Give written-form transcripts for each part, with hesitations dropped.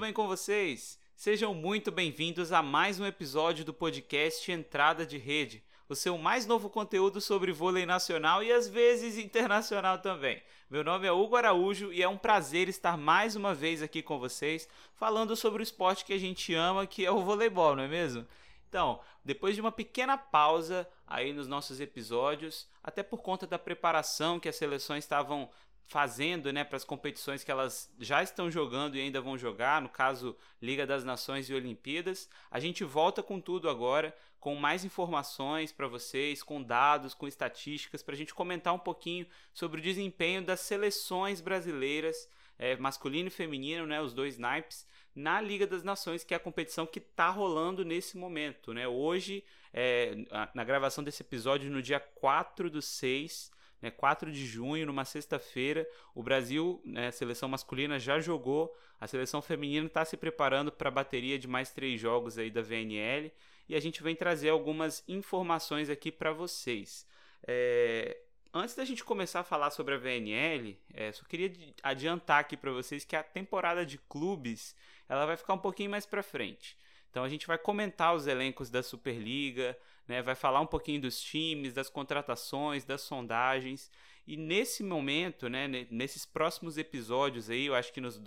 bem com vocês? Sejam muito bem-vindos a mais um episódio do podcast Entrada de Rede, o seu mais novo conteúdo sobre vôlei nacional e às vezes internacional também. Meu nome é Hugo Araújo e é um prazer estar mais uma vez aqui com vocês, falando sobre o esporte que a gente ama, que é o voleibol, não é mesmo? Então, depois de uma pequena pausa aí nos nossos episódios, até por conta da preparação que as seleções estavam fazendo, né, para as competições que elas já estão jogando e ainda vão jogar, no caso Liga das Nações e Olimpíadas, a gente volta com tudo agora, com mais informações para vocês, com dados, com estatísticas, para a gente comentar um pouquinho sobre o desempenho das seleções brasileiras, masculino e feminino, né, os dois naipes, na Liga das Nações, que é a competição que está rolando nesse momento, né? Hoje, na gravação desse episódio, no dia 4/6, 4 de junho, numa sexta-feira, o Brasil, a seleção masculina já jogou, a seleção feminina está se preparando para a bateria de mais 3 jogos aí da VNL, e a gente vem trazer algumas informações aqui para vocês. Antes da gente começar a falar sobre a VNL, só queria adiantar aqui para vocês que a temporada de clubes ela vai ficar um pouquinho mais para frente. Então a gente vai comentar os elencos da Superliga, né, vai falar um pouquinho dos times, das contratações, das sondagens. E nesse momento, né, nesses próximos episódios aí, eu acho que nos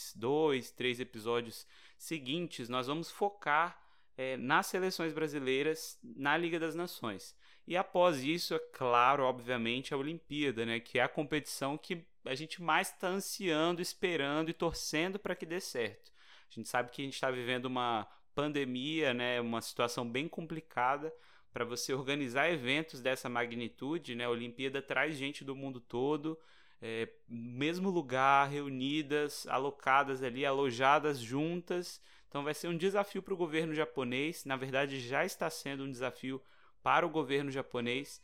3 episódios seguintes, nós vamos focar nas seleções brasileiras na Liga das Nações. E após isso, é claro, obviamente, a Olimpíada, né, que é a competição que a gente mais está ansiando, esperando e torcendo para que dê certo. A gente sabe que a gente está vivendo uma pandemia, né, uma situação bem complicada para você organizar eventos dessa magnitude, né? A Olimpíada traz gente do mundo todo, mesmo lugar, reunidas, alocadas ali, alojadas juntas. Então vai ser um desafio para o governo japonês, na verdade já está sendo um desafio para o governo japonês,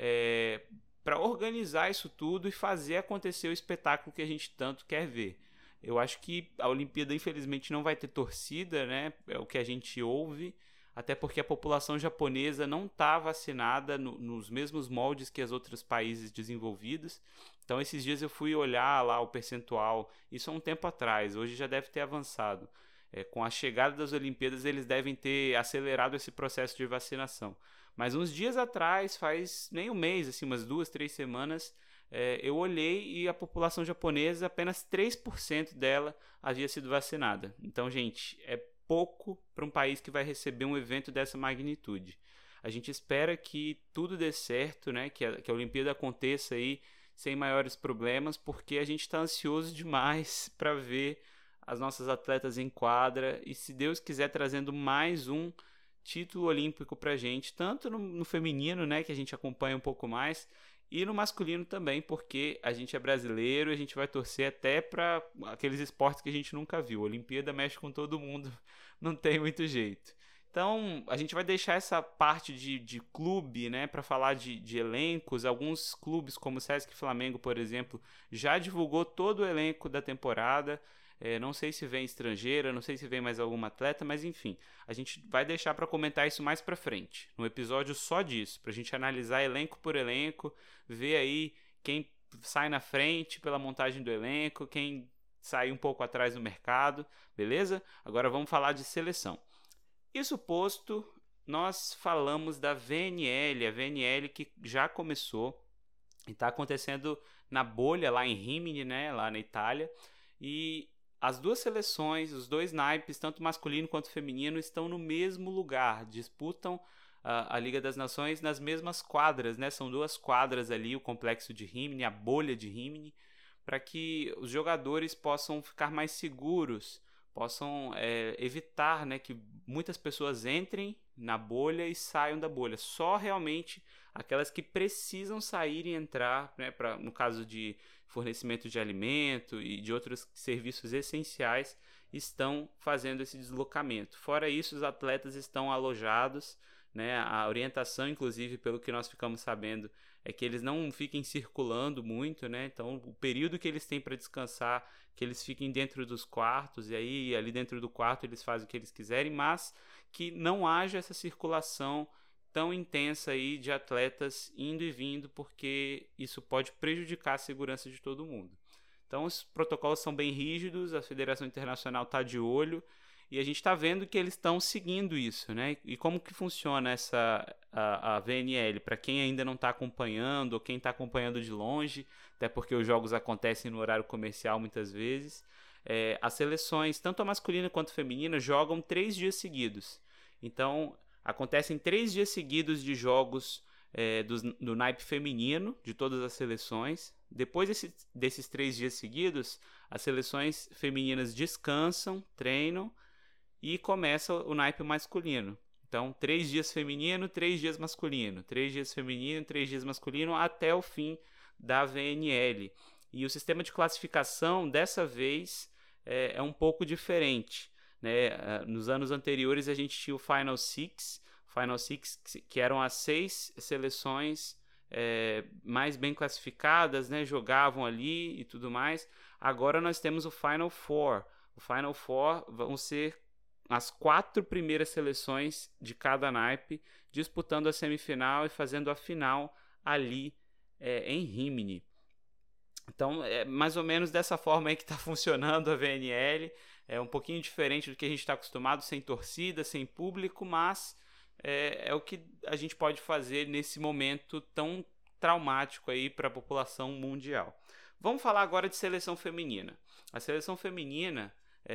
para organizar isso tudo e fazer acontecer o espetáculo que a gente tanto quer ver. Eu acho que a Olimpíada, infelizmente, não vai ter torcida, né? É o que a gente ouve, até porque a população japonesa não está vacinada nos mesmos moldes que os outros países desenvolvidos. Então, esses dias eu fui olhar lá o percentual, isso há um tempo atrás, hoje já deve ter avançado. Com a chegada das Olimpíadas, eles devem ter acelerado esse processo de vacinação. Mas uns dias atrás, faz nem um mês, assim, umas 2, 3 semanas, eu olhei e a população japonesa, apenas 3% dela havia sido vacinada. Então, gente, é pouco para um país que vai receber um evento dessa magnitude. A gente espera que tudo dê certo, né? Que a Olimpíada aconteça aí sem maiores problemas, porque a gente está ansioso demais para ver as nossas atletas em quadra e, se Deus quiser, trazendo mais um título olímpico para a gente, tanto no feminino, né, que a gente acompanha um pouco mais, e no masculino também, porque a gente é brasileiro e a gente vai torcer até para aqueles esportes que a gente nunca viu. A Olimpíada mexe com todo mundo, não tem muito jeito. Então, a gente vai deixar essa parte de clube, né, para falar de elencos. Alguns clubes, como o Sesc Flamengo, por exemplo, já divulgou todo o elenco da temporada. Não sei se vem estrangeira, não sei se vem mais alguma atleta, mas enfim, a gente vai deixar para comentar isso mais para frente, num episódio só disso, para a gente analisar elenco por elenco, ver aí quem sai na frente pela montagem do elenco, quem sai um pouco atrás no mercado, beleza? Agora vamos falar de seleção. Isso posto, nós falamos da VNL, a VNL que já começou e está acontecendo na bolha lá em Rimini, né, lá na Itália, e as duas seleções, os dois naipes, tanto masculino quanto feminino, estão no mesmo lugar, disputam a Liga das Nações nas mesmas quadras, né? São 2 quadras ali, o complexo de Rimini, a bolha de Rimini, para que os jogadores possam ficar mais seguros, possam evitar, né, que muitas pessoas entrem na bolha e saiam da bolha. Só realmente aquelas que precisam sair e entrar, né, no caso de fornecimento de alimento e de outros serviços essenciais, estão fazendo esse deslocamento. Fora isso, os atletas estão alojados, né? A orientação, inclusive, pelo que nós ficamos sabendo, é que eles não fiquem circulando muito, né? Então, o período que eles têm para descansar, que eles fiquem dentro dos quartos, e aí ali dentro do quarto eles fazem o que eles quiserem, mas que não haja essa circulação tão intensa aí de atletas indo e vindo, porque isso pode prejudicar a segurança de todo mundo. Então os protocolos são bem rígidos, a Federação Internacional está de olho e a gente está vendo que eles estão seguindo isso, né? E como que funciona a VNL? Para quem ainda não está acompanhando ou quem está acompanhando de longe, até porque os jogos acontecem no horário comercial muitas vezes, as seleções, tanto a masculina quanto a feminina, jogam 3 dias seguidos. Então, acontecem 3 dias seguidos de jogos do naipe feminino, de todas as seleções. Depois desses 3 dias seguidos, as seleções femininas descansam, treinam e começa o naipe masculino. Então, 3 dias feminino, 3 dias masculino, 3 dias feminino, 3 dias masculino, até o fim da VNL. E o sistema de classificação, dessa vez, é um pouco diferente, né? Nos anos anteriores, a gente tinha o Final Six, que eram as 6 seleções mais bem classificadas, né? Jogavam ali e tudo mais. Agora nós temos o Final Four. O Final Four vão ser as 4 primeiras seleções de cada naipe disputando a semifinal e fazendo a final ali em Rimini. Então, é mais ou menos dessa forma aí que está funcionando a VNL. É um pouquinho diferente do que a gente está acostumado, sem torcida, sem público, mas é o que a gente pode fazer nesse momento tão traumático aí para a população mundial. Vamos falar agora de seleção feminina. A seleção feminina,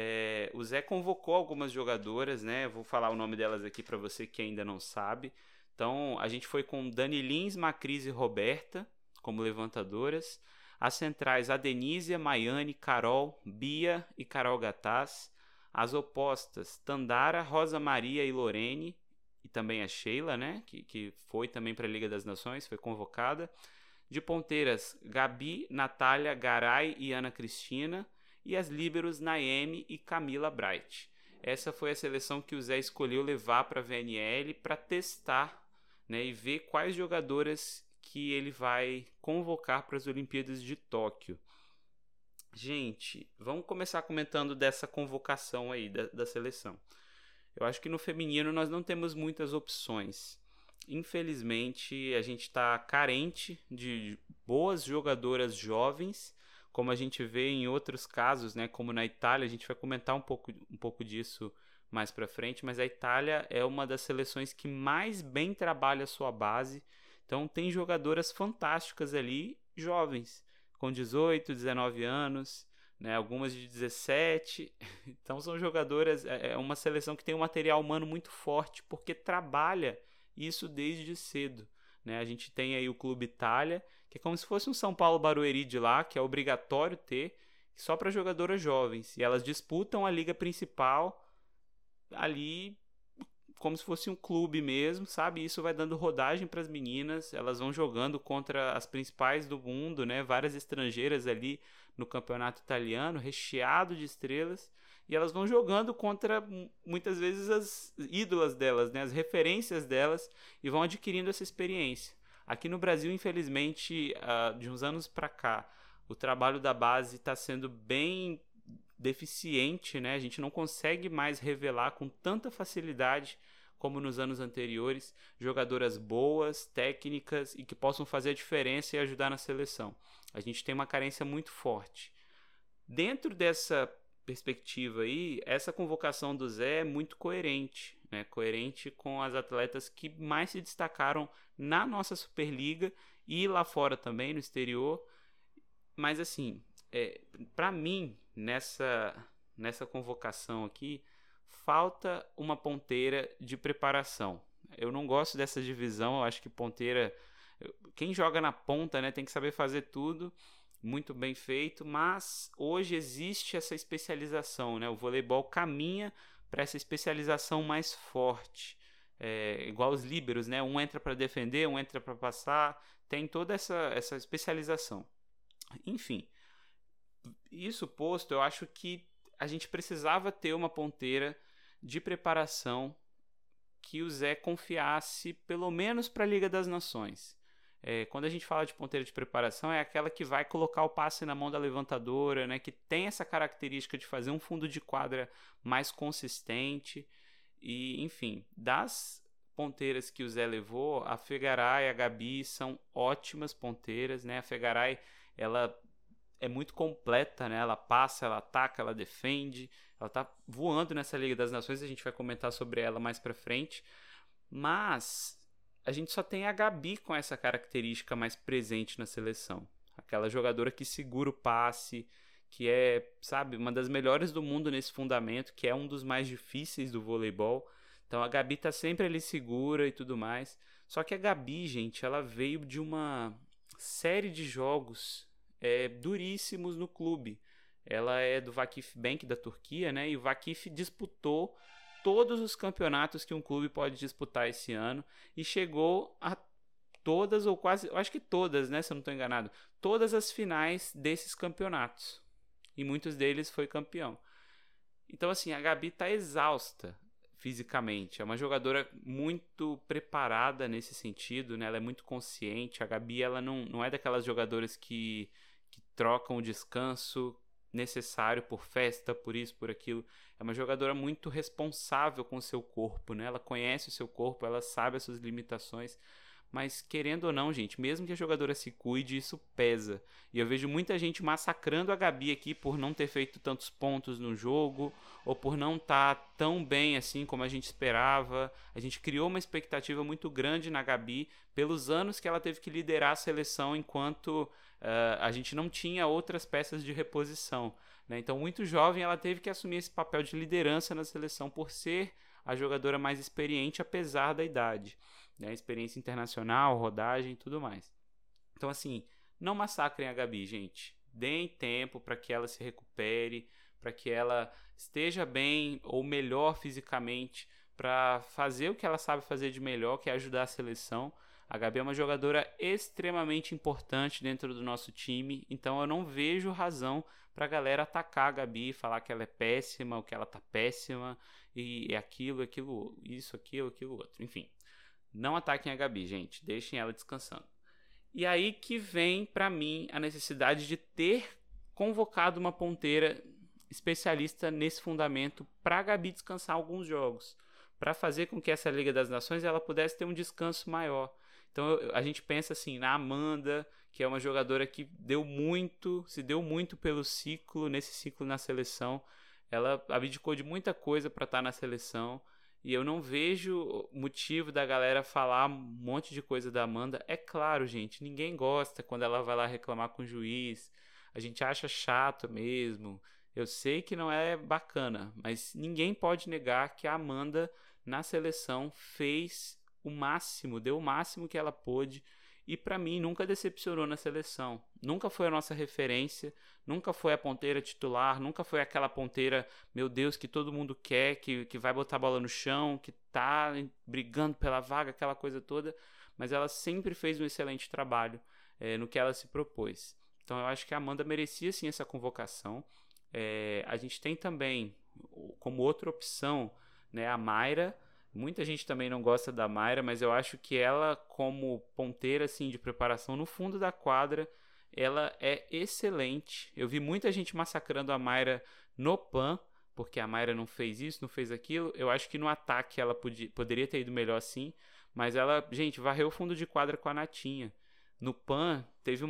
o Zé convocou algumas jogadoras, né? Vou falar o nome delas aqui para você que ainda não sabe. Então, a gente foi com Dani Lins, Macris e Roberta como levantadoras. As centrais, a Denísia, Maiane, Carol, Bia e Carol Gataz. As opostas, Tandara, Rosa Maria e Lorene. E também a Sheila, né? Que foi também para a Liga das Nações, foi convocada. De ponteiras, Gabi, Natália, Garay e Ana Cristina. E as líberos, Naemi e Camila Bright. Essa foi a seleção que o Zé escolheu levar para a VNL para testar, né, e ver quais jogadoras que ele vai convocar para as Olimpíadas de Tóquio. Gente, vamos começar comentando dessa convocação aí da seleção. Eu acho que no feminino nós não temos muitas opções. Infelizmente, a gente está carente de boas jogadoras jovens, como a gente vê em outros casos, né, como na Itália. A gente vai comentar um pouco disso mais para frente, mas a Itália é uma das seleções que mais bem trabalha a sua base. Então tem jogadoras fantásticas ali, jovens, com 18, 19 anos, né, algumas de 17. Então são jogadoras, é uma seleção que tem um material humano muito forte, porque trabalha isso desde cedo, né? A gente tem aí o Clube Itália, que é como se fosse um São Paulo Barueri de lá, que é obrigatório ter, só para jogadoras jovens. E elas disputam a liga principal ali como se fosse um clube mesmo, sabe? Isso vai dando rodagem para as meninas, elas vão jogando contra as principais do mundo, né? Várias estrangeiras ali no campeonato italiano, recheado de estrelas, e elas vão jogando contra muitas vezes as ídolas delas, né? As referências delas, e vão adquirindo essa experiência. Aqui no Brasil, infelizmente, de uns anos para cá, o trabalho da base está sendo bem deficiente, né? A gente não consegue mais revelar com tanta facilidade como nos anos anteriores jogadoras boas, técnicas e que possam fazer a diferença e ajudar na seleção. A gente tem uma carência muito forte. Dentro dessa perspectiva aí, essa convocação do Zé é muito coerente, né? Coerente com as atletas que mais se destacaram na nossa Superliga e lá fora também, no exterior. Mas assim, para mim, nessa convocação aqui, falta uma ponteira de preparação. Eu não gosto dessa divisão, eu acho que ponteira, quem joga na ponta, né, tem que saber fazer tudo muito bem feito, mas hoje existe essa especialização, né? O voleibol caminha para essa especialização mais forte, igual os líberos, né? Um entra para defender, um entra para passar, tem toda essa especialização. Enfim, isso posto, eu acho que a gente precisava ter uma ponteira de preparação que o Zé confiasse pelo menos para a Liga das Nações. Quando a gente fala de ponteira de preparação, é aquela que vai colocar o passe na mão da levantadora, né, que tem essa característica de fazer um fundo de quadra mais consistente. E, enfim, das ponteiras que o Zé levou, a Fegaray e a Gabi são ótimas ponteiras, né? A Fegaray, ela é muito completa, né? Ela passa, ela ataca, ela defende, ela tá voando nessa Liga das Nações, a gente vai comentar sobre ela mais pra frente, mas a gente só tem a Gabi com essa característica mais presente na seleção. Aquela jogadora que segura o passe, que é, sabe, uma das melhores do mundo nesse fundamento, que é um dos mais difíceis do voleibol. Então a Gabi tá sempre ali segura e tudo mais. Só que a Gabi, gente, ela veio de uma série de jogos duríssimos no clube. Ela é do Vakif Bank da Turquia, né? E o Vakif disputou todos os campeonatos que um clube pode disputar esse ano e chegou a todas ou quase, eu acho que todas, né, se eu não estou enganado, todas as finais desses campeonatos. E muitos deles foi campeão. Então, assim, a Gabi está exausta fisicamente. É uma jogadora muito preparada nesse sentido, né? Ela é muito consciente. A Gabi, ela não é daquelas jogadoras que trocam o descanso necessário por festa, por isso, por aquilo. É uma jogadora muito responsável com o seu corpo, né? Ela conhece o seu corpo, ela sabe as suas limitações. Mas querendo ou não, gente, mesmo que a jogadora se cuide, isso pesa. E eu vejo muita gente massacrando a Gabi aqui por não ter feito tantos pontos no jogo, ou por não estar tão bem assim como a gente esperava. A gente criou uma expectativa muito grande na Gabi pelos anos que ela teve que liderar a seleção enquanto a gente não tinha outras peças de reposição, né? Então, muito jovem, ela teve que assumir esse papel de liderança na seleção por ser a jogadora mais experiente, apesar da idade, né? Experiência internacional, rodagem e tudo mais. Então, assim, não massacrem a Gabi, gente. Deem tempo para que ela se recupere, para que ela esteja bem ou melhor fisicamente, para fazer o que ela sabe fazer de melhor, que é ajudar a seleção. A Gabi é uma jogadora extremamente importante dentro do nosso time, então eu não vejo razão para a galera atacar a Gabi, falar que ela é péssima, ou que ela tá péssima, e é aquilo, isso, aquilo, outro. Enfim, não ataquem a Gabi, gente, deixem ela descansando. E aí que vem para mim a necessidade de ter convocado uma ponteira especialista nesse fundamento para a Gabi descansar alguns jogos, para fazer com que essa Liga das Nações ela pudesse ter um descanso maior. Então a gente pensa assim na Amanda, que é uma jogadora que se deu muito pelo ciclo, nesse ciclo na seleção. Ela abdicou de muita coisa para estar na seleção. E eu não vejo motivo da galera falar um monte de coisa da Amanda. É claro, gente, ninguém gosta quando ela vai lá reclamar com o juiz. A gente acha chato mesmo. Eu sei que não é bacana, mas ninguém pode negar que a Amanda na seleção fez o máximo, deu o máximo que ela pôde, e para mim nunca decepcionou na seleção. Nunca foi a nossa referência, nunca foi a ponteira titular, nunca foi aquela ponteira, meu Deus, que todo mundo quer, que vai botar a bola no chão, que tá brigando pela vaga, aquela coisa toda, mas ela sempre fez um excelente trabalho no que ela se propôs. Então eu acho que a Amanda merecia sim essa convocação. A gente tem também como outra opção, né, a Mayra. Muita gente também não gosta da Mayra, mas eu acho que ela, como ponteira assim, de preparação no fundo da quadra, ela é excelente. Eu vi muita gente massacrando a Mayra no PAN, porque a Mayra não fez isso, não fez aquilo. Eu acho que no ataque ela poderia ter ido melhor sim, mas ela, gente, varreu o fundo de quadra com a Natinha. No PAN, teve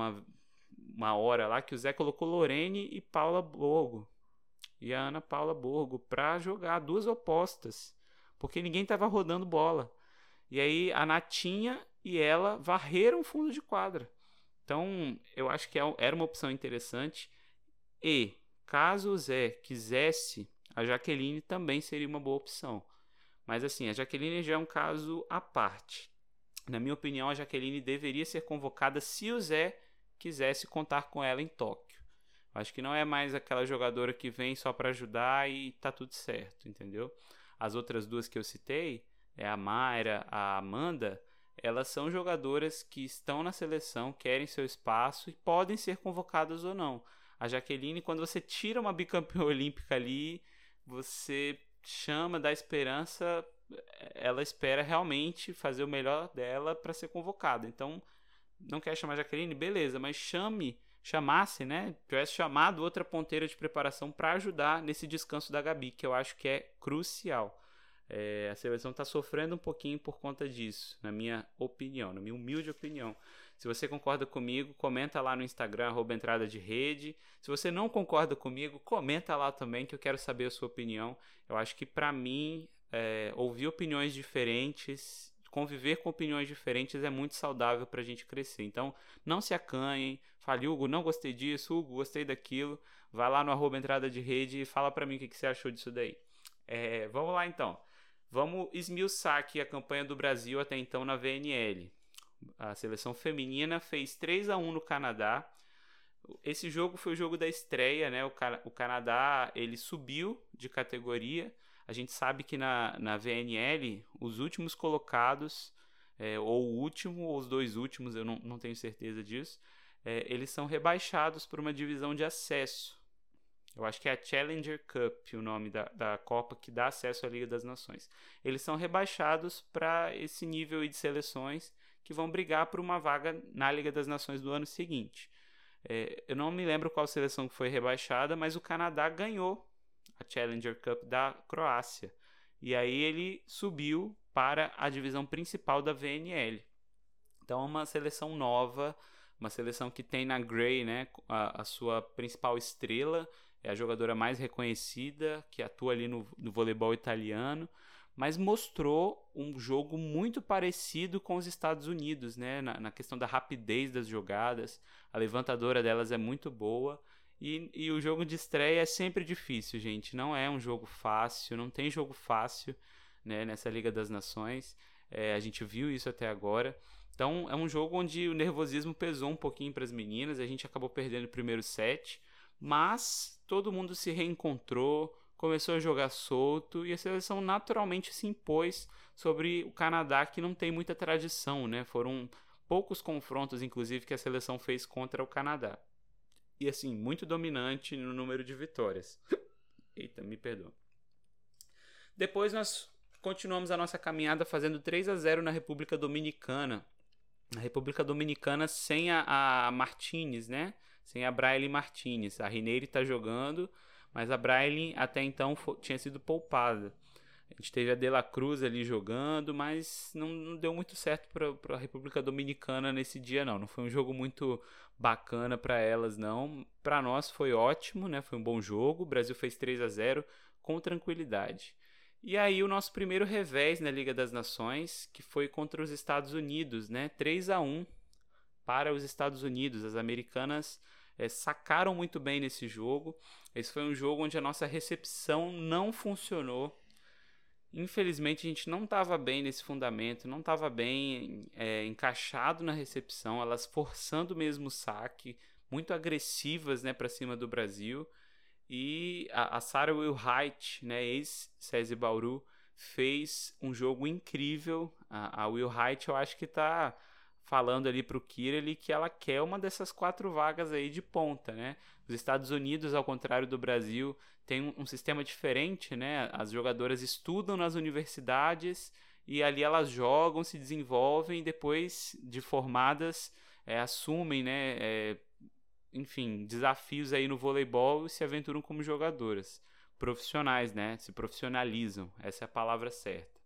uma hora lá que o Zé colocou Lorene e Paula Borgo, e a Ana Paula Borgo, pra jogar duas opostas, porque ninguém estava rodando bola. E aí a Natinha e ela varreram o fundo de quadra. Então eu acho que era uma opção interessante. E caso o Zé quisesse, a Jaqueline também seria uma boa opção. Mas assim, a Jaqueline já é um caso à parte. Na minha opinião, a Jaqueline deveria ser convocada se o Zé quisesse contar com ela em Tóquio. Acho que não é mais aquela jogadora que vem só para ajudar e tá tudo certo, entendeu? As outras duas que eu citei, a Mayra, a Amanda, elas são jogadoras que estão na seleção, querem seu espaço e podem ser convocadas ou não. A Jaqueline, quando você tira uma bicampeã olímpica ali, você chama, dá esperança, ela espera realmente fazer o melhor dela para ser convocada. Então, não quer chamar a Jaqueline? Beleza, mas chamasse, né? Tivesse chamado outra ponteira de preparação para ajudar nesse descanso da Gabi, que eu acho que é crucial. A seleção está sofrendo um pouquinho por conta disso, na minha opinião, na minha humilde opinião. Se você concorda comigo, comenta lá no Instagram, @entrada-de-rede. Se você não concorda comigo, comenta lá também, que eu quero saber a sua opinião. Eu acho que para mim, ouvir opiniões diferentes, conviver com opiniões diferentes é muito saudável para a gente crescer. Então, não se acanhem, fale, Hugo, não gostei disso, Hugo, gostei daquilo. Vai lá no @entrada-de-rede e fala para mim o que você achou disso daí. Vamos lá então. Vamos esmiuçar aqui a campanha do Brasil até então na VNL. A seleção feminina fez 3-1 no Canadá. Esse jogo foi o jogo da estreia, né? O Canadá, ele subiu de categoria. A gente sabe que na VNL, os últimos colocados, ou o último, ou os dois últimos, eu não tenho certeza disso, eles são rebaixados por uma divisão de acesso. Eu acho que é a Challenger Cup, o nome da Copa que dá acesso à Liga das Nações. Eles são rebaixados para esse nível de seleções que vão brigar por uma vaga na Liga das Nações do ano seguinte. Eu não me lembro qual seleção que foi rebaixada, mas o Canadá ganhou a Challenger Cup da Croácia. E aí ele subiu para a divisão principal da VNL. Então é uma seleção nova, uma seleção que tem na Gray, né, a sua principal estrela, é a jogadora mais reconhecida, que atua ali no voleibol italiano, mas mostrou um jogo muito parecido com os Estados Unidos, né, na questão da rapidez das jogadas. A levantadora delas é muito boa, e o jogo de estreia é sempre difícil, gente. Não é um jogo fácil, não tem jogo fácil, né, nessa Liga das Nações. A gente viu isso até agora. Então é um jogo onde o nervosismo pesou um pouquinho para as meninas. A gente acabou perdendo o primeiro set, mas todo mundo se reencontrou, começou a jogar solto e a seleção naturalmente se impôs sobre o Canadá, que não tem muita tradição, né? Foram poucos confrontos, inclusive, que a seleção fez contra o Canadá. E assim, muito dominante no número de vitórias. Eita, me perdoa. Depois nós continuamos a nossa caminhada fazendo 3-0 na República Dominicana. Na República Dominicana sem a Martinez, né? Sem a Braille Martinez. A Rineire está jogando, mas a Braille até então tinha sido poupada. A gente teve a De La Cruz ali jogando, mas não deu muito certo para a República Dominicana nesse dia, não. Não foi um jogo muito bacana para elas, não. Para nós foi ótimo, né? Foi um bom jogo. O Brasil fez 3-0 com tranquilidade. E aí o nosso primeiro revés na Liga das Nações, que foi contra os Estados Unidos, né? 3-1 para os Estados Unidos. As americanas sacaram muito bem nesse jogo. Esse foi um jogo onde a nossa recepção não funcionou. Infelizmente a gente não estava bem nesse fundamento, não estava bem encaixado na recepção, elas forçando mesmo o saque, muito agressivas, né, para cima do Brasil. E a Sarah Wilhite, né, ex-SESI Bauru, fez um jogo incrível. A Wilhite, eu acho que está falando ali para o Kirali que ela quer uma dessas 4 vagas aí de ponta, né? Os Estados Unidos, ao contrário do Brasil, tem um sistema diferente, né? As jogadoras estudam nas universidades e ali elas jogam, se desenvolvem e depois de formadas assumem, né? Enfim, desafios aí no voleibol e se aventuram como jogadoras profissionais, né? Se profissionalizam, essa é a palavra certa.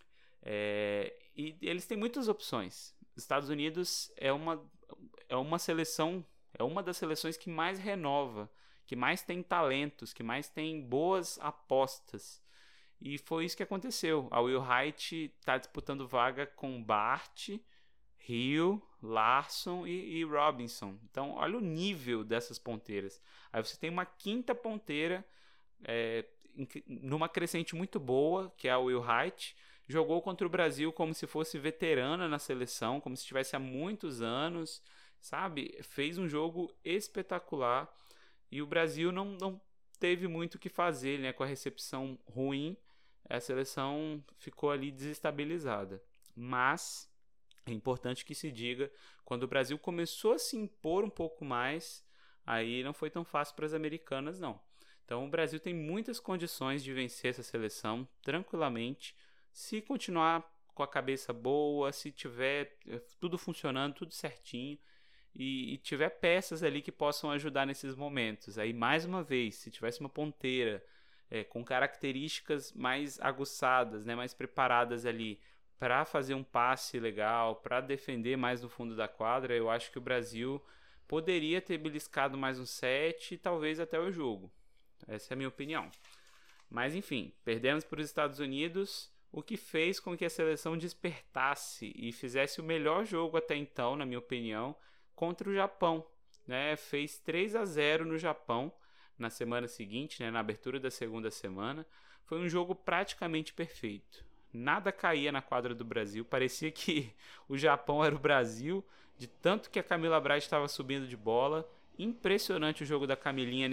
E eles têm muitas opções. Os Estados Unidos é uma seleção, é uma das seleções que mais renova, que mais tem talentos, que mais tem boas apostas. E foi isso que aconteceu. A Wilhite está disputando vaga com Bart, Hill, Larson e Robinson. Então, olha o nível dessas ponteiras. Aí você tem uma quinta ponteira numa crescente muito boa, que é a Wilhite. Jogou contra o Brasil como se fosse veterana na seleção, como se estivesse há muitos anos, sabe? Fez um jogo espetacular e o Brasil não teve muito o que fazer, né? Com a recepção ruim, a seleção ficou ali desestabilizada. Mas é importante que se diga, quando o Brasil começou a se impor um pouco mais, aí não foi tão fácil para as americanas, não. Então o Brasil tem muitas condições de vencer essa seleção tranquilamente, se continuar com a cabeça boa, se tiver tudo funcionando, tudo certinho e tiver peças ali que possam ajudar nesses momentos. Aí, mais uma vez, se tivesse uma ponteira com características mais aguçadas, né, mais preparadas ali para fazer um passe legal, para defender mais no fundo da quadra, eu acho que o Brasil poderia ter beliscado mais um set e talvez até o jogo. Essa é a minha opinião. Mas enfim, perdemos para os Estados Unidos, o que fez com que a seleção despertasse e fizesse o melhor jogo até então, na minha opinião, contra o Japão. Né? Fez 3-0 no Japão na semana seguinte, né? Na abertura da segunda semana. Foi um jogo praticamente perfeito. Nada caía na quadra do Brasil. Parecia que o Japão era o Brasil, de tanto que a Camila Braz estava subindo de bola. Impressionante o jogo da Camilinha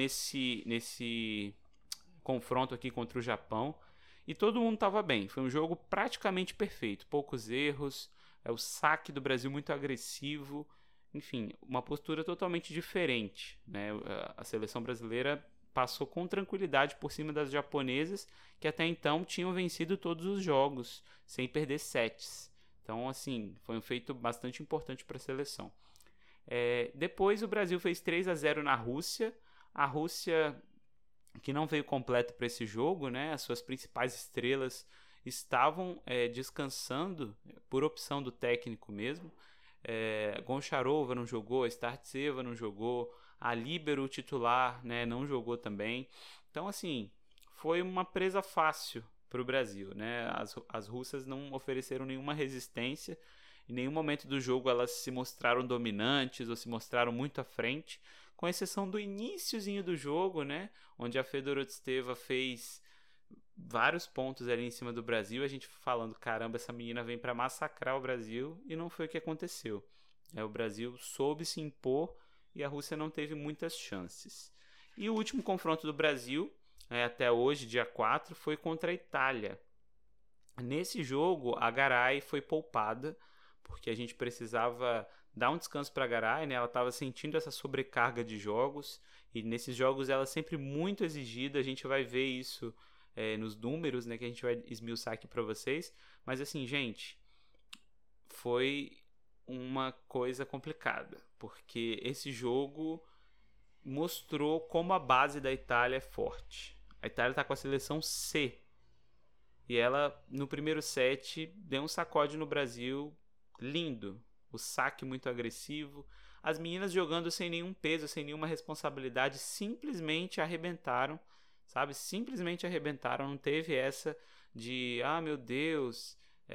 nesse confronto aqui contra o Japão. E todo mundo estava bem. Foi um jogo praticamente perfeito. Poucos erros. O saque do Brasil muito agressivo. Enfim, uma postura totalmente diferente. Né? A seleção brasileira passou com tranquilidade por cima das japonesas, que até então tinham vencido todos os jogos, sem perder sets. Então, assim, foi um feito bastante importante para a seleção. Depois o Brasil fez 3-0 na Rússia. A Rússia, que não veio completo para esse jogo, né? As suas principais estrelas estavam descansando, por opção do técnico mesmo. Goncharova não jogou, Startseva não jogou, a líbero titular, né, não jogou também. Então, assim, foi uma presa fácil para o Brasil. Né? As russas não ofereceram nenhuma resistência. Em nenhum momento do jogo elas se mostraram dominantes ou se mostraram muito à frente, com exceção do iniciozinho do jogo, né, onde a Fedorovtseva fez vários pontos ali em cima do Brasil, a gente falando, caramba, essa menina vem para massacrar o Brasil, e não foi o que aconteceu. O Brasil soube se impor e a Rússia não teve muitas chances. E o último confronto do Brasil, até hoje, dia 4, foi contra a Itália. Nesse jogo, a Garay foi poupada, porque a gente precisava dar um descanso para a Garay, né? Ela estava sentindo essa sobrecarga de jogos, e nesses jogos ela é sempre muito exigida, a gente vai ver isso nos números, né, que a gente vai esmiuçar aqui para vocês. Mas assim, gente, foi uma coisa complicada, porque esse jogo mostrou como a base da Itália é forte. A Itália está com a seleção C, e ela no primeiro set deu um sacode no Brasil lindo, o saque muito agressivo, as meninas jogando sem nenhum peso, sem nenhuma responsabilidade, simplesmente arrebentaram, sabe? Simplesmente arrebentaram, não teve essa de, meu Deus,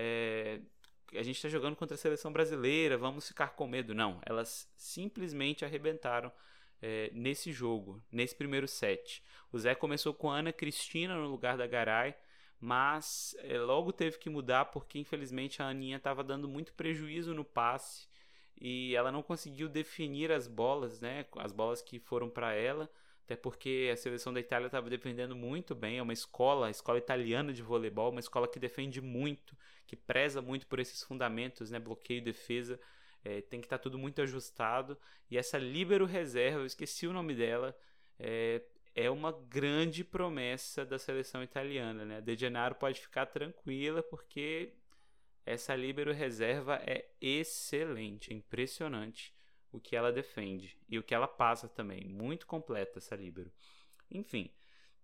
a gente está jogando contra a seleção brasileira, vamos ficar com medo. Não, elas simplesmente arrebentaram nesse jogo, nesse primeiro set. O Zé começou com a Ana Cristina no lugar da Garay, mas logo teve que mudar porque infelizmente a Aninha estava dando muito prejuízo no passe e ela não conseguiu definir as bolas, né? As bolas que foram para ela, até porque a seleção da Itália estava defendendo muito bem. É uma escola, a escola italiana de voleibol, uma escola que defende muito, que preza muito por esses fundamentos, né? Bloqueio e defesa, tem que estar tudo muito ajustado. E essa líbero reserva, eu esqueci o nome dela, é uma grande promessa da seleção italiana, né? A De Gennaro pode ficar tranquila, porque essa líbero reserva é excelente, é impressionante o que ela defende e o que ela passa também, muito completa essa líbero. Enfim,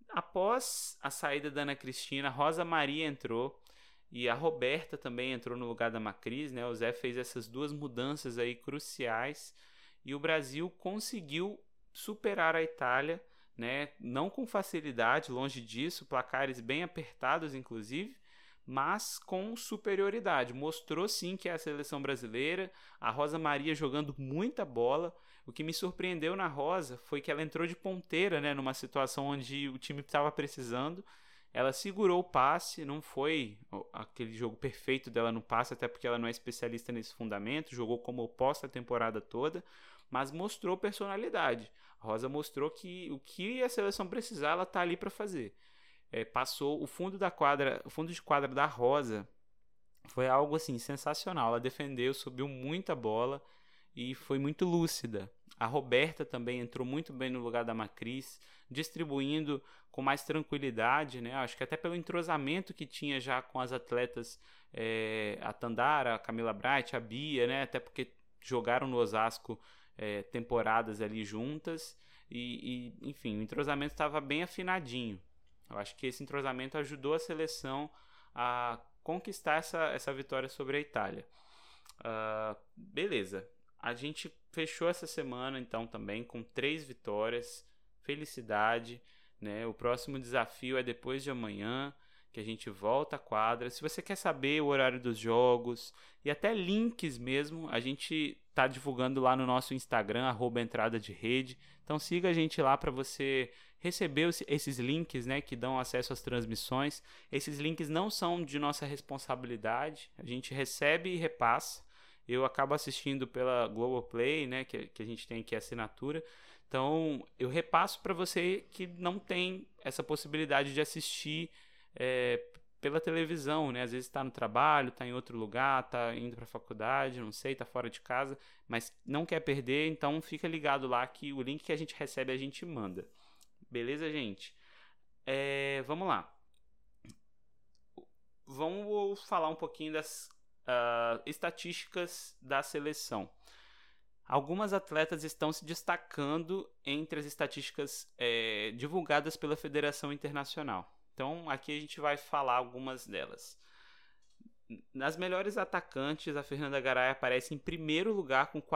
após a saída da Ana Cristina, Rosa Maria entrou e a Roberta também entrou no lugar da Macris, né? O Zé fez essas duas mudanças aí cruciais e o Brasil conseguiu superar a Itália, né? Não com facilidade, longe disso, placares bem apertados inclusive, mas com superioridade. Mostrou sim que é a seleção brasileira, a Rosa Maria jogando muita bola. O que me surpreendeu na Rosa foi que ela entrou de ponteira, né, numa situação onde o time estava precisando. Ela segurou o passe, não foi aquele jogo perfeito dela no passe, até porque ela não é especialista nesse fundamento, jogou como oposta a temporada toda, mas mostrou personalidade. A Rosa mostrou que o que a seleção precisar, ela está ali para fazer. Passou o fundo de quadra da Rosa, foi algo assim sensacional. Ela defendeu, subiu muita bola e foi muito lúcida. A Roberta também entrou muito bem no lugar da Macris, distribuindo com mais tranquilidade, né? Acho que até pelo entrosamento que tinha já com as atletas, a Tandara, a Camila Bright, a Bia, né? Até porque jogaram no Osasco temporadas ali juntas e enfim, o entrosamento estava bem afinadinho. Eu acho que esse entrosamento ajudou a seleção a conquistar essa vitória sobre a Itália. Beleza, a gente fechou essa semana então também com 3 vitórias, felicidade, né? O próximo desafio é depois de amanhã, que a gente volta à quadra. Se você quer saber o horário dos jogos e até links mesmo, a gente tá divulgando lá no nosso Instagram, @entrada-de-rede. Então siga a gente lá para você receber esses links, né, que dão acesso às transmissões. Esses links não são de nossa responsabilidade, a gente recebe e repassa. Eu acabo assistindo pela Globoplay, né, que a gente tem aqui a assinatura. Então eu repasso para você que não tem essa possibilidade de assistir pela televisão, né? Às vezes está no trabalho, está em outro lugar, está indo para a faculdade, não sei, está fora de casa, mas não quer perder, então fica ligado lá que o link que a gente recebe a gente manda. Beleza, gente? Vamos lá. Vamos falar um pouquinho das estatísticas da seleção. Algumas atletas estão se destacando entre as estatísticas divulgadas pela Federação Internacional. Então, aqui a gente vai falar algumas delas. Nas melhores atacantes, a Fernanda Garay aparece em primeiro lugar com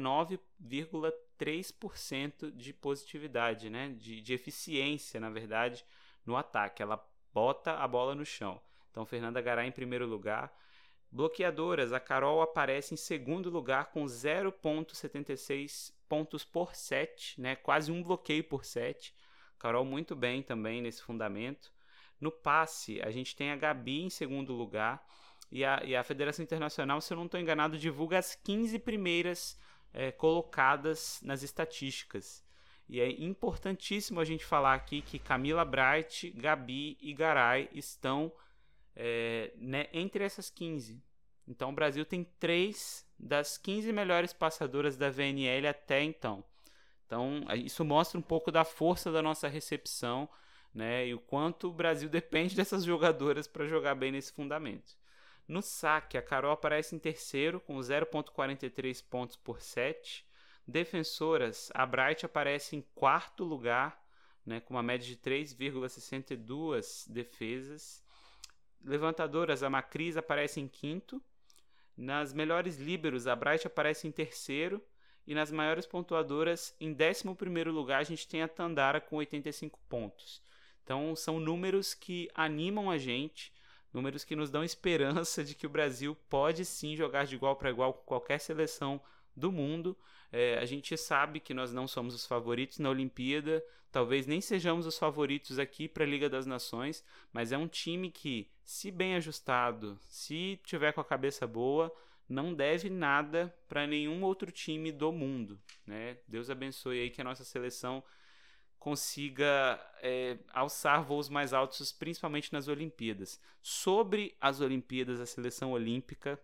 49,3% de positividade, né? de eficiência, na verdade, no ataque. Ela bota a bola no chão. Então, Fernanda Garay em primeiro lugar. Bloqueadoras, a Carol aparece em segundo lugar com 0,76 pontos por set, né? Quase um bloqueio por set. Carol muito bem também nesse fundamento. No passe, a gente tem a Gabi em segundo lugar e a Federação Internacional, se eu não estou enganado, divulga as 15 primeiras colocadas nas estatísticas. E é importantíssimo a gente falar aqui que Camila Bright, Gabi e Garay estão entre essas 15. Então o Brasil tem 3 das 15 melhores passadoras da VNL até então. Então isso mostra um pouco da força da nossa recepção, né, e o quanto o Brasil depende dessas jogadoras para jogar bem nesse fundamento. No saque, a Carol aparece em terceiro com 0,43 pontos por set. Defensoras, a Bright aparece em quarto lugar, né, com uma média de 3,62 defesas. Levantadoras, a Macris aparece em quinto. Nas melhores líberos, a Bright aparece em terceiro. E nas maiores pontuadoras, em 11º lugar, a gente tem a Tandara com 85 pontos. Então, são números que animam a gente, números que nos dão esperança de que o Brasil pode sim jogar de igual para igual com qualquer seleção do mundo. A gente sabe que nós não somos os favoritos na Olimpíada, talvez nem sejamos os favoritos aqui para a Liga das Nações, mas é um time que, se bem ajustado, se tiver com a cabeça boa, não deve nada para nenhum outro time do mundo, né? Deus abençoe aí que a nossa seleção consiga alçar voos mais altos, principalmente nas Olimpíadas. Sobre as Olimpíadas, a seleção olímpica,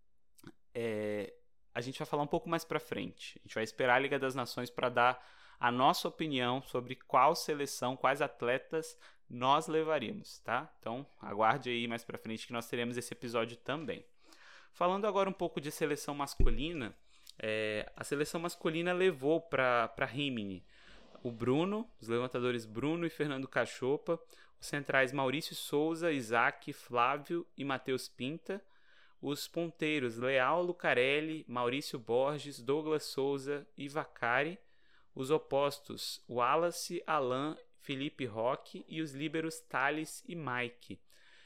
a gente vai falar um pouco mais para frente. A gente vai esperar a Liga das Nações para dar a nossa opinião sobre qual seleção, quais atletas nós levaríamos, tá? Então, aguarde aí mais para frente que nós teremos esse episódio também. Falando agora um pouco de seleção masculina, a seleção masculina levou para Rimini o Bruno, os levantadores Bruno e Fernando Cachopa, os centrais Maurício Souza, Isaac, Flávio e Matheus Pinta, os ponteiros Leal Lucarelli, Maurício Borges, Douglas Souza e Vacari, os opostos Wallace, Alain, Felipe Roque e os líberos Thales e Mike.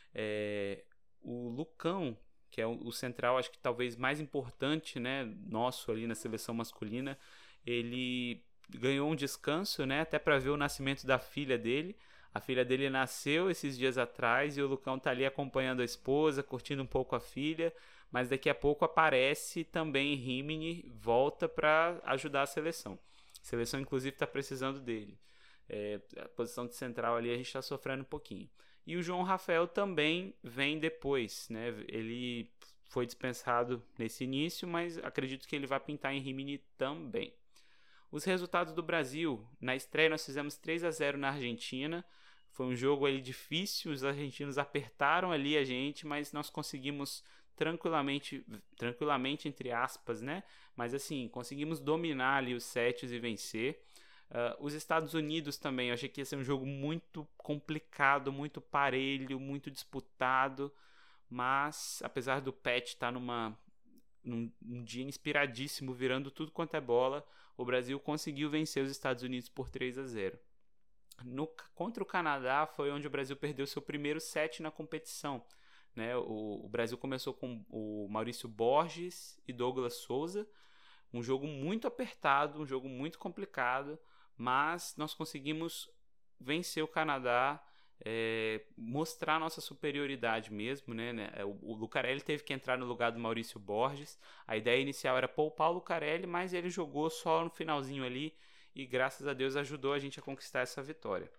O Lucão, que é o central, acho que talvez mais importante, né, nosso ali na seleção masculina, ele ganhou um descanso, né, até para ver o nascimento da filha dele. A filha dele nasceu esses dias atrás e o Lucão tá ali acompanhando a esposa, curtindo um pouco a filha, mas daqui a pouco aparece também em Rimini, volta para ajudar a seleção. A seleção, inclusive, está precisando dele. A posição de central ali a gente está sofrendo um pouquinho. E o João Rafael também vem depois, né? Ele foi dispensado nesse início, mas acredito que ele vai pintar em Rimini também. Os resultados do Brasil: na estreia nós fizemos 3-0 na Argentina. Foi um jogo ali difícil, os argentinos apertaram ali a gente, mas nós conseguimos tranquilamente entre aspas, né? Mas assim, conseguimos dominar ali os sets e vencer. Os Estados Unidos também, eu achei que ia ser um jogo muito complicado, muito parelho, muito disputado, mas apesar do Pet estar num dia inspiradíssimo, virando tudo quanto é bola, o Brasil conseguiu vencer os Estados Unidos por 3-0. Contra o Canadá foi onde o Brasil perdeu seu primeiro set na competição, né? O Brasil começou com o Maurício Borges e Douglas Souza, um jogo muito apertado, um jogo muito complicado, mas nós conseguimos vencer o Canadá, mostrar nossa superioridade mesmo, né? O Lucarelli teve que entrar no lugar do Maurício Borges. A ideia inicial era poupar o Lucarelli, mas ele jogou só no finalzinho ali e graças a Deus ajudou a gente a conquistar essa vitória.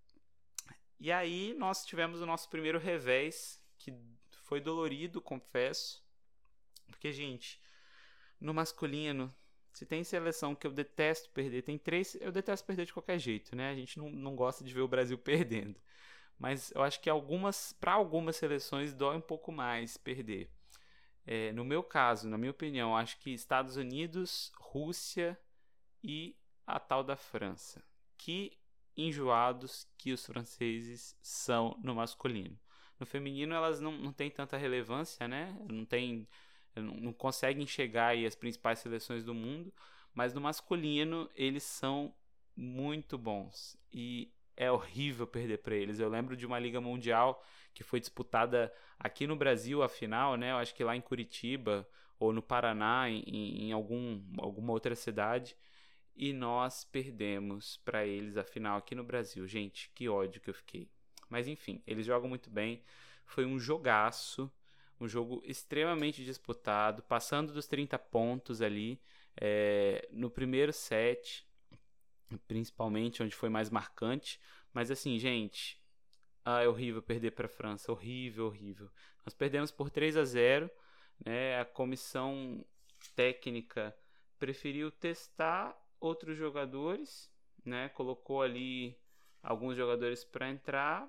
E aí nós tivemos o nosso primeiro revés, que foi dolorido, confesso, porque, gente, no masculino, se tem seleção que eu detesto perder, tem 3, eu detesto perder de qualquer jeito, né? A gente não gosta de ver o Brasil perdendo. Mas eu acho que para algumas seleções dói um pouco mais perder. No meu caso, na minha opinião, eu acho que Estados Unidos, Rússia e a tal da França. Que enjoados que os franceses são no masculino. No feminino elas não têm tanta relevância, né? Não conseguem chegar aí as principais seleções do mundo, mas no masculino eles são muito bons e é horrível perder para eles. Eu lembro de uma Liga Mundial que foi disputada aqui no Brasil, a final, né? Eu acho que lá em Curitiba ou no Paraná, em alguma outra cidade, e nós perdemos para eles a final aqui no Brasil. Gente, que ódio que eu fiquei. Mas enfim, eles jogam muito bem. Foi um jogaço, um jogo extremamente disputado, passando dos 30 pontos ali no primeiro set, principalmente, onde foi mais marcante. Mas assim, gente, é horrível perder para a França, horrível, horrível. Nós perdemos por 3-0, né? A comissão técnica preferiu testar outros jogadores, né? Colocou ali alguns jogadores para entrar.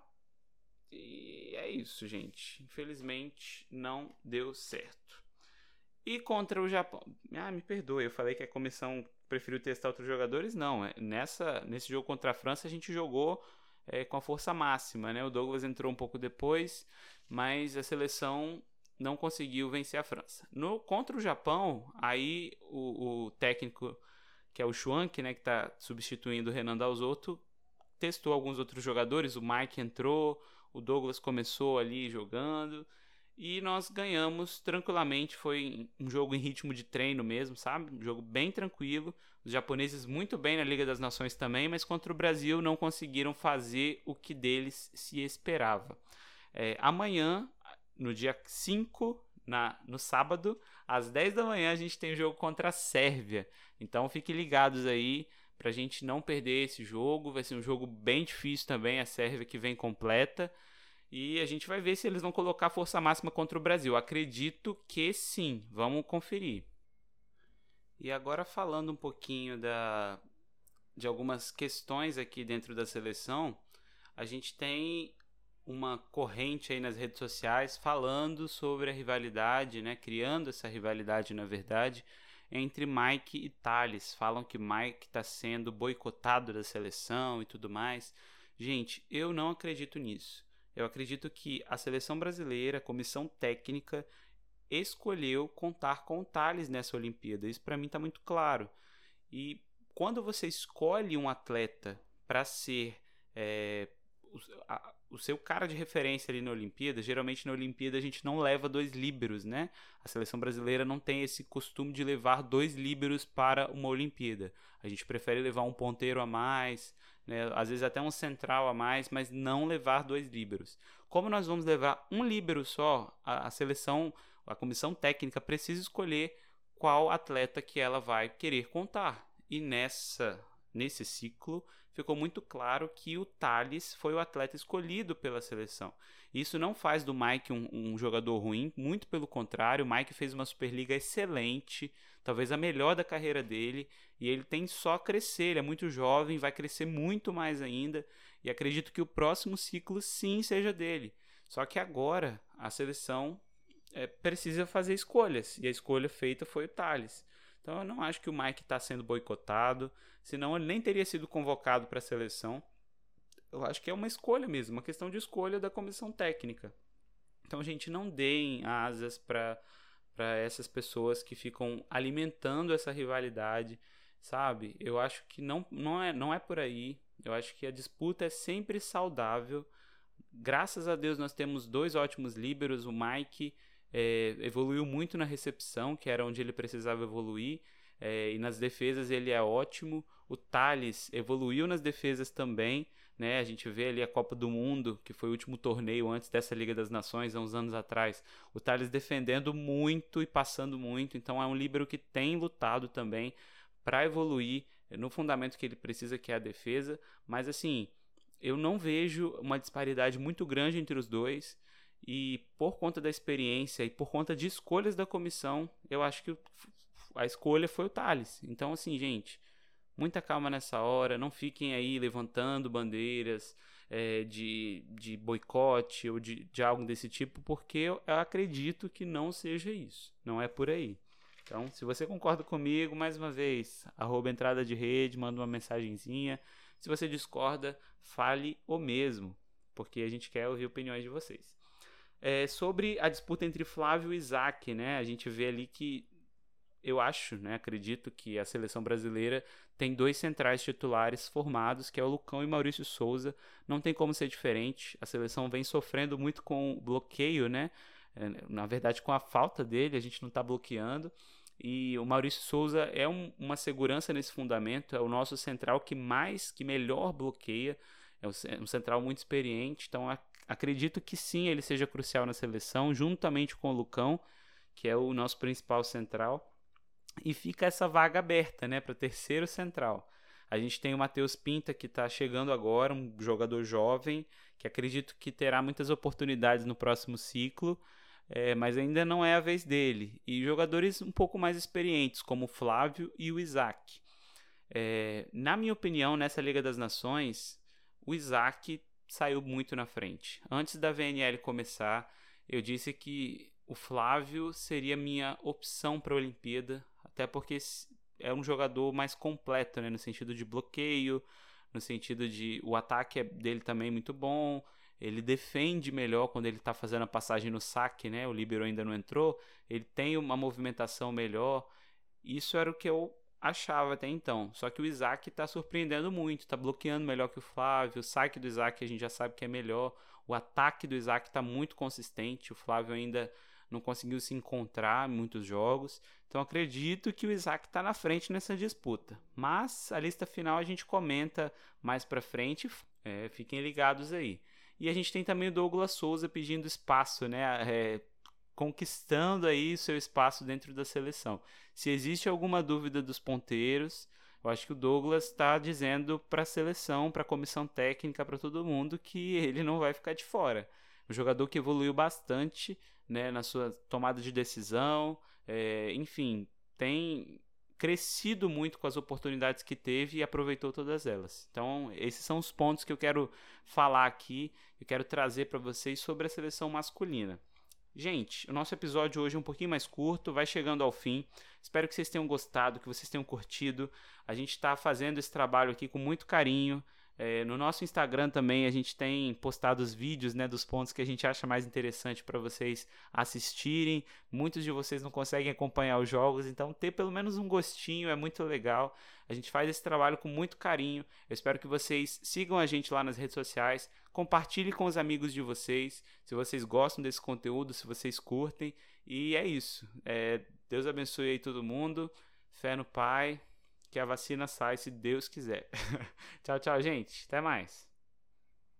E é isso, gente. Infelizmente não deu certo. E contra o Japão, me perdoe, eu falei que a comissão preferiu testar outros jogadores. Não, nesse jogo contra a França a gente jogou com a força máxima, né? O Douglas entrou um pouco depois, mas a seleção não conseguiu vencer a França. Contra o Japão, aí o técnico, que é o Schwanck, né, que está substituindo o Renan Dalzotto, testou alguns outros jogadores. O Mike entrou, o Douglas começou ali jogando e nós ganhamos tranquilamente. Foi um jogo em ritmo de treino mesmo, sabe? Um jogo bem tranquilo. Os japoneses muito bem na Liga das Nações também, mas contra o Brasil não conseguiram fazer o que deles se esperava. Amanhã, no dia 5, no sábado, às 10 da manhã, a gente tem um jogo contra a Sérvia. Então fiquem ligados aí pra gente não perder esse jogo. Vai ser um jogo bem difícil também, a Sérvia que vem completa. E a gente vai ver se eles vão colocar força máxima contra o Brasil. Acredito que sim, vamos conferir. E agora falando um pouquinho de algumas questões aqui dentro da seleção, a gente tem uma corrente aí nas redes sociais falando sobre a rivalidade, né? Criando essa rivalidade, na verdade, entre Mike e Thales. Falam que Mike está sendo boicotado da seleção e tudo mais. Gente, eu não acredito nisso. Eu acredito que a seleção brasileira, a comissão técnica, escolheu contar com o Thales nessa Olimpíada. Isso para mim está muito claro. E quando você escolhe um atleta para ser o seu cara de referência ali na Olimpíada, geralmente na Olimpíada a gente não leva 2 líberos, né? A seleção brasileira não tem esse costume de levar 2 líberos para uma Olimpíada. A gente prefere levar um ponteiro a mais, né? Às vezes até um central a mais, mas não levar 2 líberos. Como nós vamos levar um líbero só, a seleção, a comissão técnica precisa escolher qual atleta que ela vai querer contar. E nesse ciclo ficou muito claro que o Thales foi o atleta escolhido pela seleção. Isso não faz do Mike um jogador ruim, muito pelo contrário. O Mike fez uma Superliga excelente, talvez a melhor da carreira dele, e ele tem só a crescer. Ele é muito jovem, vai crescer muito mais ainda, e acredito que o próximo ciclo sim seja dele. Só que agora a seleção precisa fazer escolhas, e a escolha feita foi o Thales. Então eu não acho que o Mike está sendo boicotado, senão ele nem teria sido convocado para a seleção. Eu acho que é uma escolha mesmo, uma questão de escolha da comissão técnica. Então, gente, não deem asas para essas pessoas que ficam alimentando essa rivalidade, sabe? Eu acho que não é por aí. Eu acho que a disputa é sempre saudável. Graças a Deus nós temos dois ótimos líberos. O Mike evoluiu muito na recepção, que era onde ele precisava evoluir, e nas defesas ele é ótimo. O Thales evoluiu nas defesas também, né? A gente vê ali a Copa do Mundo, que foi o último torneio antes dessa Liga das Nações, há uns anos atrás. O Thales defendendo muito e passando muito, então é um líbero que tem lutado também para evoluir no fundamento que ele precisa, que é a defesa. Mas assim, eu não vejo uma disparidade muito grande entre os dois, e por conta da experiência e por conta de escolhas da comissão, eu acho que a escolha foi o Thales. Então assim, gente, muita calma nessa hora, não fiquem aí levantando bandeiras de boicote ou de algo desse tipo, porque eu acredito que não seja isso, não é por aí. Então, se você concorda comigo, mais uma vez, @entrada de rede, manda uma mensagenzinha. Se você discorda, fale o mesmo, porque a gente quer ouvir opiniões de vocês. Sobre a disputa entre Flávio e Isaac, né? A gente vê ali que eu acho, né, acredito que a seleção brasileira tem dois centrais titulares formados, que é o Lucão e Maurício Souza. Não tem como ser diferente. A seleção vem sofrendo muito com o bloqueio, né? Na verdade, com a falta dele, a gente não está bloqueando. E o Maurício Souza é uma segurança nesse fundamento, é o nosso central que melhor bloqueia, é um central muito experiente. Então acredito que sim, ele seja crucial na seleção, juntamente com o Lucão, que é o nosso principal central. E fica essa vaga aberta, né, para terceiro central. A gente tem o Matheus Pinta, que está chegando agora, um jogador jovem, que acredito que terá muitas oportunidades no próximo ciclo, mas ainda não é a vez dele. E jogadores um pouco mais experientes, como o Flávio e o Isaac. Na minha opinião, nessa Liga das Nações, o Isaac saiu muito na frente. Antes da VNL começar, eu disse que o Flávio seria minha opção para a Olimpíada, até porque é um jogador mais completo, né, no sentido de bloqueio, no sentido de o ataque dele também muito bom, ele defende melhor quando ele está fazendo a passagem no saque, né, o líbero ainda não entrou, ele tem uma movimentação melhor. Isso era o que eu achava até então, só que o Isaac está surpreendendo muito, está bloqueando melhor que o Flávio, o saque do Isaac a gente já sabe que é melhor, o ataque do Isaac está muito consistente, o Flávio ainda não conseguiu se encontrar em muitos jogos, então acredito que o Isaac está na frente nessa disputa, mas a lista final a gente comenta mais pra frente, fiquem ligados aí. E a gente tem também o Douglas Souza pedindo espaço, né, conquistando aí o seu espaço dentro da seleção. Se existe alguma dúvida dos ponteiros, eu acho que o Douglas está dizendo para a seleção, para a comissão técnica, para todo mundo que ele não vai ficar de fora. Um jogador que evoluiu bastante, né, na sua tomada de decisão, enfim, tem crescido muito com as oportunidades que teve e aproveitou todas elas. Então, esses são os pontos que eu quero falar aqui, eu quero trazer para vocês sobre a seleção masculina. Gente, o nosso episódio hoje é um pouquinho mais curto, vai chegando ao fim. Espero que vocês tenham gostado, que vocês tenham curtido. A gente está fazendo esse trabalho aqui com muito carinho. No nosso Instagram também a gente tem postado os vídeos, né, dos pontos que a gente acha mais interessante para vocês assistirem. Muitos de vocês não conseguem acompanhar os jogos, então ter pelo menos um gostinho é muito legal. A gente faz esse trabalho com muito carinho. Eu espero que vocês sigam a gente lá nas redes sociais, compartilhem com os amigos de vocês, se vocês gostam desse conteúdo, se vocês curtem. E é isso. Deus abençoe aí todo mundo. Fé no Pai. Que a vacina sai se Deus quiser. Tchau, tchau, gente. Até mais.